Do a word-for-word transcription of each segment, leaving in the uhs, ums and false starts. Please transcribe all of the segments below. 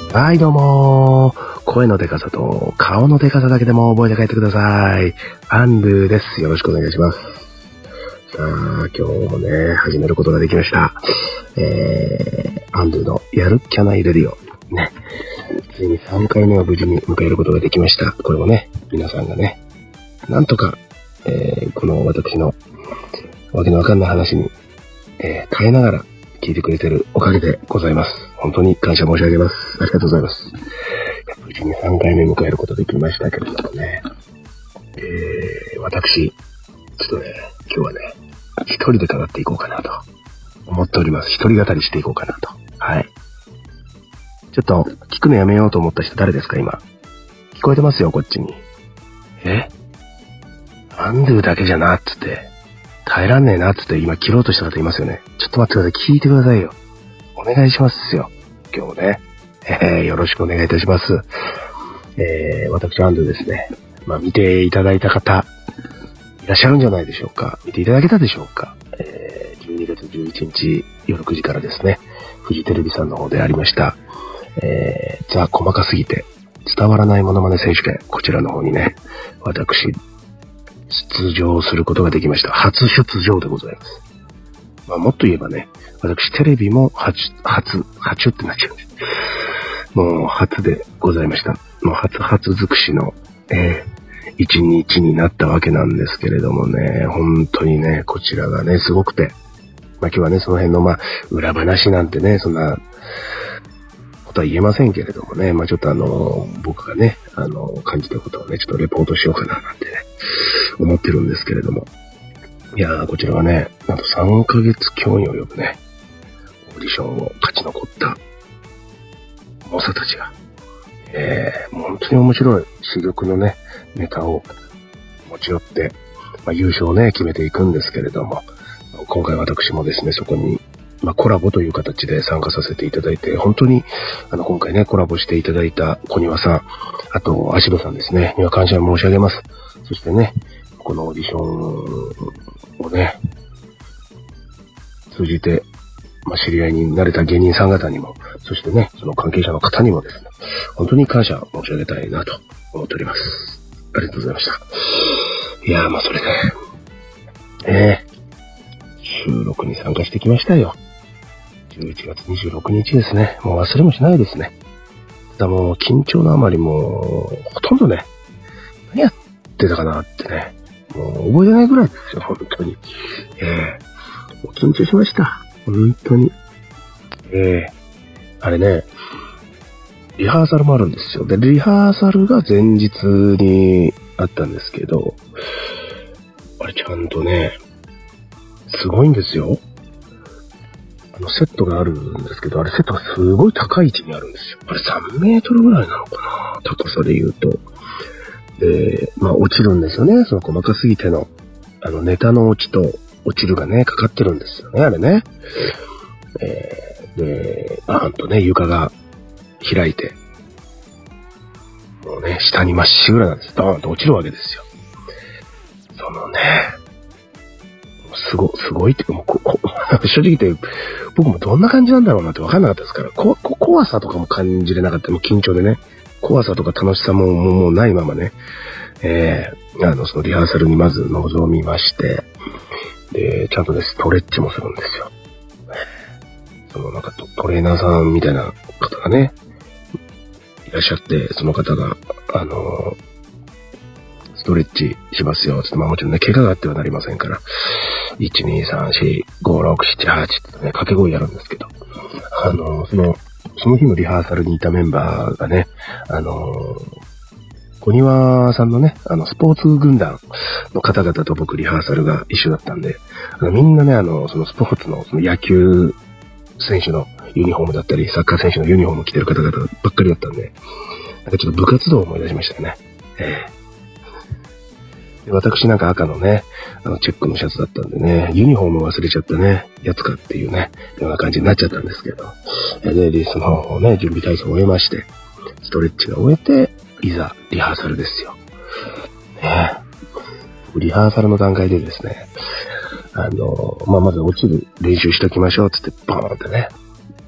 はい、どうもー。声のデカさと顔のデカさだけでも覚えて帰ってください。アンドゥです。よろしくお願いします。さあ、今日もね、始めることができました。えー、アンドゥのやるっきゃないレディオ。ね。ついにさんかいめを無事に迎えることができました。これもね、皆さんがね、なんとか、えー、この私のわけのわかんない話に、えー、耐えながら聞いてくれてるおかげでございます。本当に感謝申し上げます。ありがとうございます。無事にさんかいめ迎えることできましたけれどもね。えー、私、ちょっとね、今日はね、一人で語っていこうかなと思っております。一人語りしていこうかなと。はい。ちょっと、聞くのやめようと思った人誰ですか、今。聞こえてますよ、こっちに。えアンドゥだけじゃな、っつって。耐えらんねえな、っつって今切ろうとした方いますよね。ちょっと待ってください。聞いてくださいよ。お願いしますよ。今日もね。えー、よろしくお願いいたします。えー、私、アンドゥですね。まあ、見ていただいた方、いらっしゃるんじゃないでしょうか。見ていただけたでしょうか。えー、じゅうにがつじゅういちにち夜くじからですね、フジテレビさんの方でありました、えー、ザ・細かすぎて伝わらないモノマネ選手権、こちらの方にね、私、出場することができました。初出場でございます。まあ、もっと言えばね、私テレビも初、初、初ってなっちゃうんです。もう初でございました。もう初初尽くしの、えー、一日になったわけなんですけれどもね、本当にね、こちらがね、すごくて、まあ今日はね、その辺のまあ、裏話なんてね、そんなことは言えませんけれどもね、まあちょっとあの、僕がね、あの、感じたことをね、ちょっとレポートしようかななんてね、思ってるんですけれども。いやー、こちらはね、なんとさんかげつ強に及ぶね、オーディションを勝ち残った猛者たちが、えー、本当に面白い珠玉のね、ネタを持ち寄って、まあ、優勝をね、決めていくんですけれども、今回私もですね、そこに、まあ、コラボという形で参加させていただいて、本当に、あの、今回ね、コラボしていただいた小庭さん、あと、足部さんですね、には感謝申し上げます。そしてね、このオーディションをね、通じて、まあ、知り合いになれた芸人さん方にも、そしてね、その関係者の方にもですね、本当に感謝申し上げたいなと思っております。ありがとうございました。いやー、まあ、それで、えー、収録に参加してきましたよ。じゅういちがつにじゅうろくにちですね。もう忘れもしないですね。ただもう、緊張のあまりもう、ほとんどね、何やってたかなってね、もう覚えてないぐらいですよ、本当に。えー、もう緊張しました。本当に。ええー、あれね、リハーサルもあるんですよ。で、リハーサルが前日にあったんですけど、あれちゃんとね、すごいんですよ。あの、セットがあるんですけど、あれセットがすごい高い位置にあるんですよ。あれさんメートルぐらいなのかな、高さで言うと。で、まあ落ちるんですよね。その細かすぎての、あのネタの落ちと落ちるがね、かかってるんですよね、あれね。えー、で、バーンとね、床が開いて、もうね、下にまっしぐらなんです。ドーンと落ちるわけですよ。そのね、すご、すごいっていうか、もうこ、こ、正直言って、僕もどんな感じなんだろうなって分かんなかったですから、こ、こ、怖さとかも感じれなかった。もう緊張でね、怖さとか楽しさも、もう、もうないままね、えー、あの、そのリハーサルにまず臨みまして、で、ちゃんとね、ストレッチもするんですよ。そのなんかト、トレーナーさんみたいな方がね、いらっしゃって、その方が、あの、ストレッチしますよ。つって、まあもちろんね、怪我があってはなりませんから、いち、に、さん、よん、ご、ろく、なな、はちってね、掛け声やるんですけど、あの、その、その日のリハーサルにいたメンバーがね、あの、小庭さんのね、あの、スポーツ軍団の方々と僕リハーサルが一緒だったんで、あのみんなね、あの、そのスポーツの、その野球選手のユニフォームだったり、サッカー選手のユニフォームを着てる方々ばっかりだったんで、なんかちょっと部活動を思い出しましたよね。えー、で私なんか赤のね、あの、チェックのシャツだったんでね、ユニフォーム忘れちゃったね、やつかっていうね、ような感じになっちゃったんですけど、で、リスのね、準備体操を終えまして、ストレッチが終えて、いざ、リハーサルですよ。ねえ。リハーサルの段階でですね、あの、まあ、まず落ちる練習しときましょう、つって、バーンってね。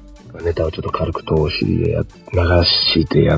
ネタをちょっと軽く通しでや、流してやって、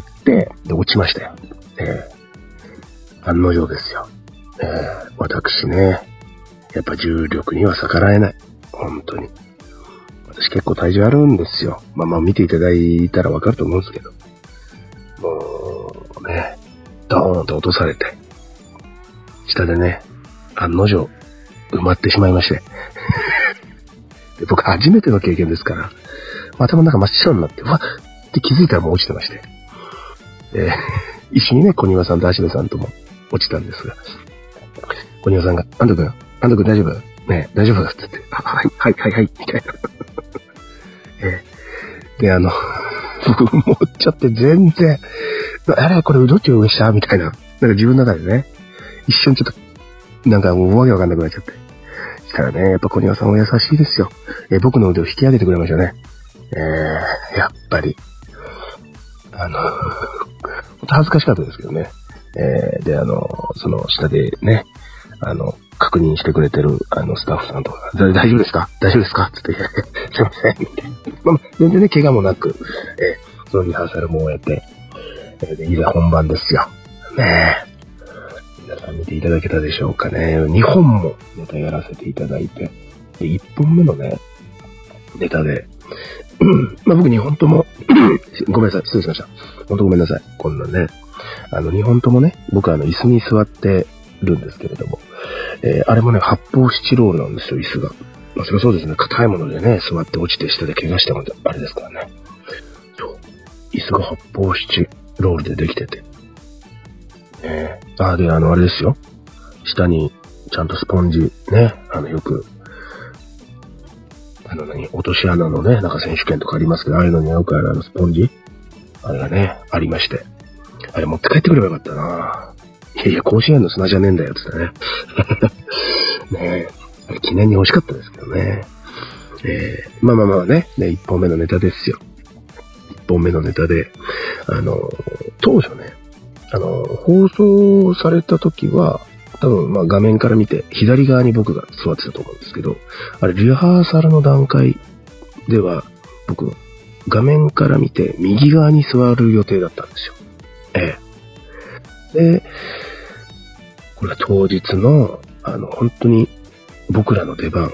で、落ちましたよ。えー、案の定ですよ。えー、私ね、やっぱ重力には逆らえない。本当に。私結構体重あるんですよ。まあまあ見ていただいたらわかると思うんですけど。もうね、ドーンと落とされて、下でね、案の定埋まってしまいまして。で僕初めての経験ですから、頭の中真っ白になって、わっって気づいたらもう落ちてまして。えー、一緒にね、小庭さんと芦部さんとも落ちたんですが、小庭さんが、安藤くん、安藤くん大丈夫ねえ、大丈夫だって言って、あ、はい、はい、はい、はい、みたいな。えー、で、あの、僕もっちゃって全然、あれこれどっちを上したみたいな。なんか自分の中でね、一瞬ちょっと、なんかもうわけわかんなくなっちゃって。したらね、やっぱ小庭さんお優しいですよ。えー、僕の腕を引き上げてくれましたね。えー、やっぱり、あの、ほんと恥ずかしかったですけどね。えー、で、あの、その下でね、あの、確認してくれてる、あの、スタッフさんとか、大丈夫ですか大丈夫ですかつって、すいません、みたいな。まあ、全然ね、怪我もなく、えー、そのリハーサルも終えて、えー、で、いざ本番ですよ。ねえ。皆さん見ていただけたでしょうかね。にほんもネタやらせていただいて、で、いっぽんめのね、ネタで、まあ僕にほんとも、ごめんなさい、失礼しました。ほんとごめんなさい。こんなね、あの、にほんともね、僕はあの、椅子に座ってるんですけれども、えー、あれもね、発泡スチロールなんですよ、椅子が。まあそれはそうですね、硬いものでね、座って落ちて下で怪我してもあれですからね。そう。椅子が発泡スチロールでできてて。ね、あ、で、あの、あれですよ。下に、ちゃんとスポンジ、ね、あの、よく、あの何、落とし穴のね、なんか選手権とかありますけど、ああいうのによくあるあのスポンジあれがね、ありまして。あれ持って帰ってくればよかったな。いやいや、甲子園の砂じゃねえんだよ、つってね。ねえ、あれ記念に欲しかったですけどね。えー、まあまあまあね、ね、一本目のネタですよ。一本目のネタで、あの、当初ね、あの、放送された時は、多分、まあ画面から見て、左側に僕が座ってたと思うんですけど、あれ、リハーサルの段階では、僕、画面から見て、右側に座る予定だったんですよ。ええ。で、これは当日の、あの、本当に、僕らの出番、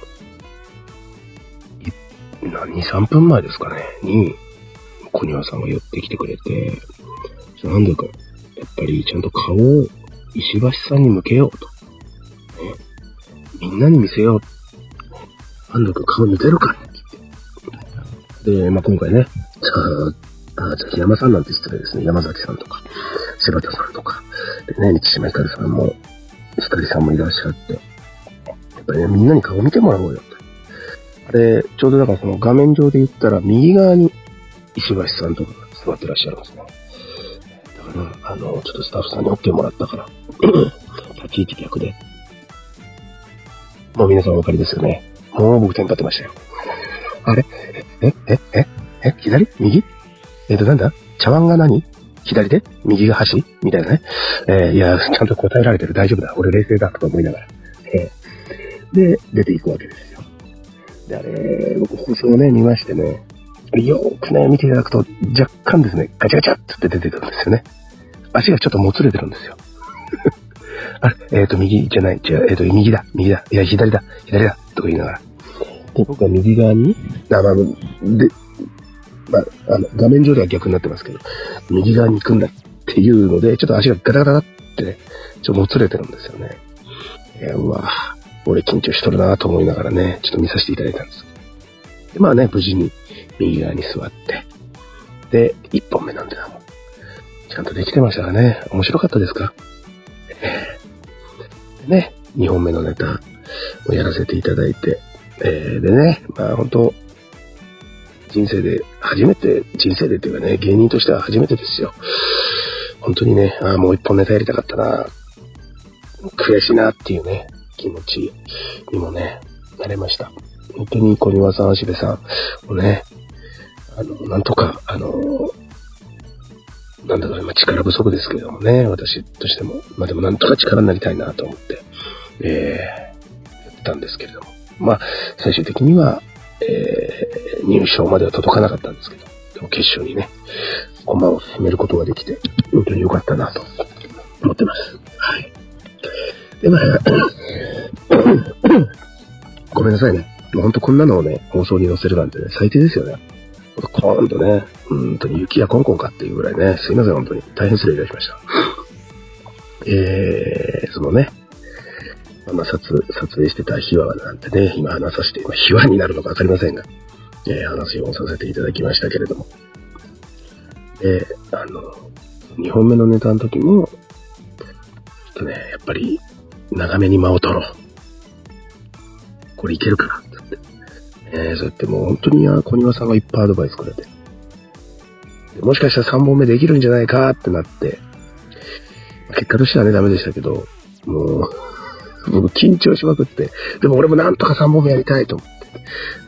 に、さんぷんまえですかね、に、小庭さんが寄ってきてくれて、なんでか、やっぱりちゃんと顔を、石橋さんに向けようと。ね、みんなに見せよう。安藤くん顔似てるからって。で、まあ、今回ね、じゃあ、あじゃあ、山さんなんて失礼ですね。山崎さんとか、柴田さんとか、でね、満島ひかるさんも、光さんもいらっしゃって、やっぱりね、みんなに顔見てもらおうよって。あれ、ちょうどだからその画面上で言ったら、右側に石橋さんとかが座ってらっしゃるんですね。だから、あの、ちょっとスタッフさんに OK もらったから、立ち位置逆で。もう皆さんお分かりですよね。もう僕テンパってましたよ。あれええええ左右えっとなんだ茶碗が何左で右が端みたいなね。えー、いや、ちゃんと答えられてる。大丈夫だ。俺冷静だ。とか思いながら。えー、で、出ていくわけですよ。で、あれ、僕放送をね、見ましてね。よーくね、見ていただくと、若干ですね、ガチャガチャって出てくるんですよね。足がちょっともつれてるんですよ。あれえっ、ー、と、右じゃない。違う。えっ、ー、と、右だ。右だ。いや、左だ。左だ。とか言いながら。で、僕は右側に、あ、まあ、で、まあ、あの、画面上では逆になってますけど、右側に行くんだっていうので、ちょっと足がガタガタガタってね、ちょっともつれてるんですよね。いや、うわ俺緊張しとるなと思いながらね、ちょっと見させていただいたんです。で、まあね、無事に右側に座って、で、一本目なんだよ。ちゃんとできてましたかね。面白かったですか？でね、二本目のネタをやらせていただいて、えー、でね、まあ本当人生で、初めて、人生でっていうかね、芸人としては初めてですよ。本当にね、ああ、もう一本ネタやりたかったな、悔しいなっていうね、気持ちにもね、なれました。本当に小庭さん、芦部さんをね、あの、なんとか、あの、なんだろう、今力不足ですけれどもね、私としても、まあでもなんとか力になりたいなと思って、えー、やってたんですけれども、まあ、最終的には、えー、入賞までは届かなかったんですけど、でも決勝にね、駒を進めることができて、本当に良かったなと思ってます。はい。で、まあ、ごめんなさいね。ほんとこんなのをね、放送に載せるなんてね、最低ですよね。コーンとね、本当に雪やコンコンかっていうぐらいね、すいません、本当に。大変失礼いたしました。えー、そのね、まあ、撮、撮影してた秘話なんてね、今話させて、まあ、秘話になるのかわかりませんが、えー、話をさせていただきましたけれども。で、あの、にほんめのネタの時も、ちょっとね、やっぱり、長めに間を取ろう。これいけるかなって。えー、そうやってもう本当に小庭さんがいっぱいアドバイスくれて。もしかしたらさんぼんめできるんじゃないかってなって、結果としてはね、ダメでしたけど、もう、僕緊張しまくって、でも俺もなんとかさんぼんめやりたいと思って、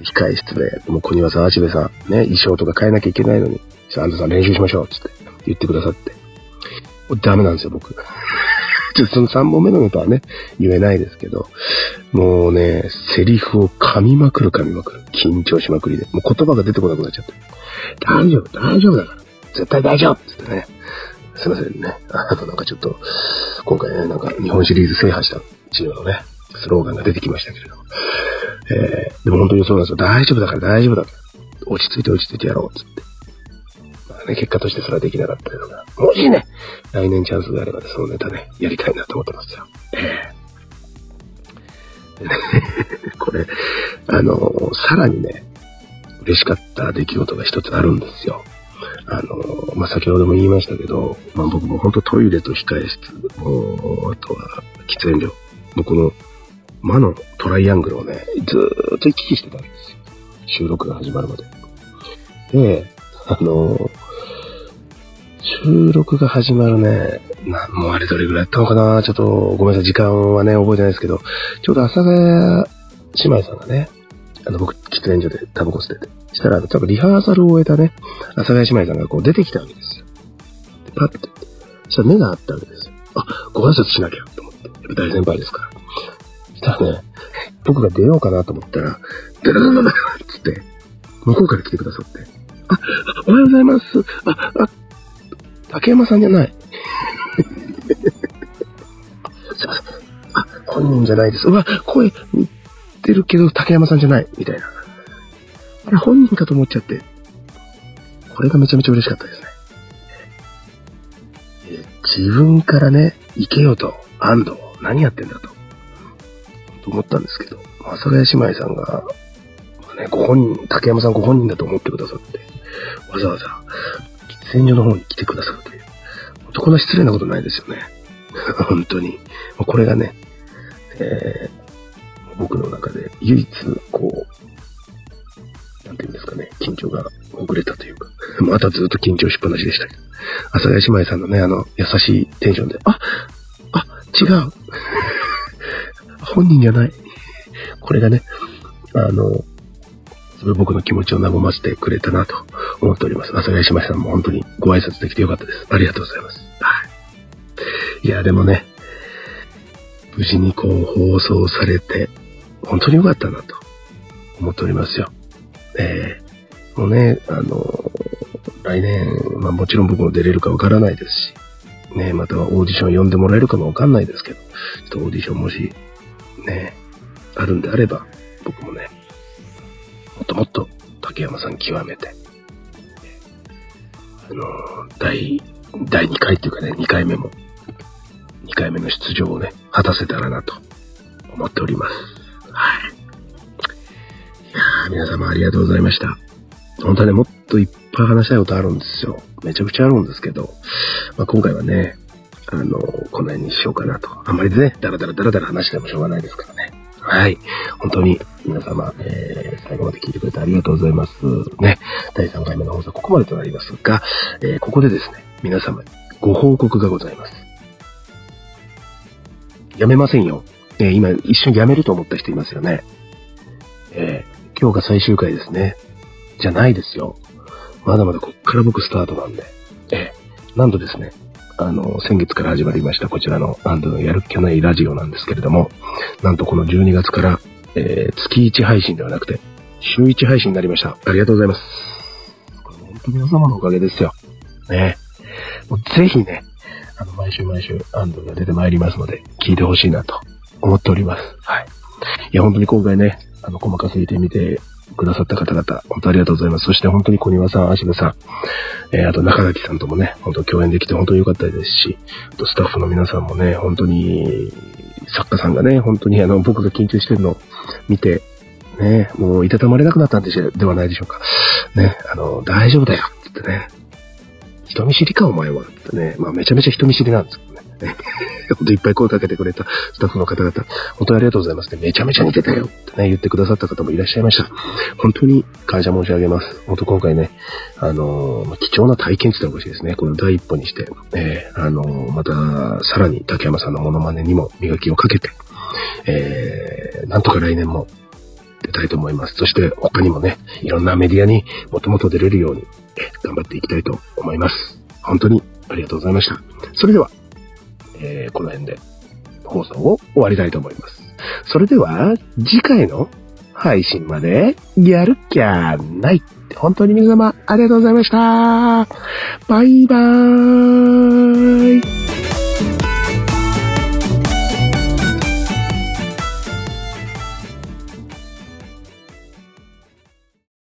控え室で、もう小庭さん、足部さん、ね、衣装とか変えなきゃいけないのに、あんたさん練習しましょう、つって言ってくださって。もうダメなんですよ、僕。ちょっとそのさんぼんめのネタはね、言えないですけど、もうね、セリフを噛みまくる噛みまくる。緊張しまくりで。もう言葉が出てこなくなっちゃって。大丈夫、大丈夫だから。絶対大丈夫って言ってね。すいませんね。あとなんかちょっと、今回ね、なんか日本シリーズ制覇したチームのね、スローガンが出てきましたけれども。えー、でも本当にそうなんですよ。大丈夫だから大丈夫だから。落ち着いて落ち着いてやろう、つって。まあね、結果としてそれはできなかったですが、もしね、来年チャンスがあればね、そのネタね、やりたいなと思ってますよ。えー、これ、あの、さらにね、嬉しかった出来事が一つあるんですよ。あの、まあ、先ほども言いましたけど、まあ、僕も本当トイレと控え室、もう、あとは喫煙所、もうこの魔のトライアングルをね、ずーっと行き来してたんですよ。収録が始まるまで。で、あの、収録が始まるね、なもうあれどれぐらいやったのかな、ちょっとごめんなさい、時間はね、覚えてないですけど、ちょうど阿佐ヶ谷姉妹さんがね、あの、僕、喫煙所でタバコ吸ってて。したら、多分リハーサルを終えたね、阿佐ヶ谷姉妹さんがこう出てきたわけですよ。で、パッて。そしたら目があったわけですよ。あ、ご挨拶しなきゃと思って。やっぱ大先輩ですから。したらね、僕が出ようかなと思ったら、ダダダダダッつって、向こうから来てくださって。あ、おはようございます。あ、あ、竹山さんじゃない。すいません。あ、本人じゃないです。うわ、声似てるけど竹山さんじゃない。みたいな。あれ本人かと思っちゃって。これがめちゃめちゃ嬉しかったですね。え自分からね、行けよと、安藤、何やってんだと。と思ったんですけど、阿佐ヶ谷姉妹さんが、まあね、ご本人、竹山さんご本人だと思ってくださって、わざわざ、喫煙所の方に来てくださるという。こんな失礼なことないですよね。本当に。これがね、えー、僕の中で唯一、こう、なんていうんですかね、緊張がほぐれたというか、またずっと緊張しっぱなしでしたけど、阿佐ヶ谷姉妹さんのね、あの、優しいテンションで、あ、あ、違う。本人じゃない。これがね、あの、それ僕の気持ちを和ませてくれたなと思っております。阿佐ヶ谷姉妹さんも本当にご挨拶できてよかったです。ありがとうございます。はい。いや、でもね、無事にこう放送されて、本当によかったなと思っておりますよ。えー、もうね、あの、来年、まあもちろん僕も出れるかわからないですし、ね、またはオーディション呼んでもらえるかもわかんないですけど、ちょっとオーディションもし、ね、あるんであれば、僕もね、もっともっと竹山さん極めて、あの、第、第にかいっていうかね、にかいめも、にかいめの出場をね、果たせたらなと思っております。はい。いやー、皆様ありがとうございました。本当はね、もっといっぱい話したいことあるんですよ。めちゃくちゃあるんですけど、まあ、今回はね、あの、この辺にしようかなと。あんまりね、ダラダラダラダラ話してもしょうがないですからね。はい。本当に皆様、えー、最後まで聞いてくれてありがとうございます。ね。だいさんかいめの放送ここまでとなりますが、えー、ここでですね、皆様にご報告がございます。やめませんよ。えー、今一緒にやめると思った人いますよね。えー、今日が最終回ですね。じゃないですよ。まだまだこっから僕スタートなんで。えー、なんとですね、あの、先月から始まりましたこちらのアンドのやるっきゃないラジオなんですけれども、なんとこのじゅうにがつから、えー、月いち配信ではなくて、 週いち配信になりました。ありがとうございます。これ本当皆様のおかげですよ。ね。もうぜひね、あの、毎週毎週、アンドが出てまいりますので、聞いてほしいなと思っております。はい。いや、本当に今回ね、あの、細かすぎて見てくださった方々、本当ありがとうございます。そして本当に小庭さん、足部さん、えー、あと中崎さんともね、本当共演できて本当に良かったですし、あとスタッフの皆さんもね、本当に、作家さんがね、本当にあの、僕が緊張してるのを見て、ね、もういたたまれなくなったんではないでしょうか。ね、あの、大丈夫だよって言ってね、人見知りかお前はってね、まあめちゃめちゃ人見知りなんですけどね。本当いっぱい声かけてくれたスタッフの方々、本当にありがとうございますね。めちゃめちゃ似てたよってね、言ってくださった方もいらっしゃいました。本当に感謝申し上げます。本当今回ね、あのー、貴重な体験って言ったらおかしいですね。この第一歩にして、えー、あのー、また、さらに竹山さんのモノマネにも磨きをかけて、えー、なんとか来年も出たいと思います。そして他にもね、いろんなメディアにもともと出れるように、頑張っていきたいと思います。本当にありがとうございました。それでは、えー、この辺で放送を終わりたいと思います。それでは、次回の配信までやるっきゃない。本当に皆様ありがとうございました。バイバーイ。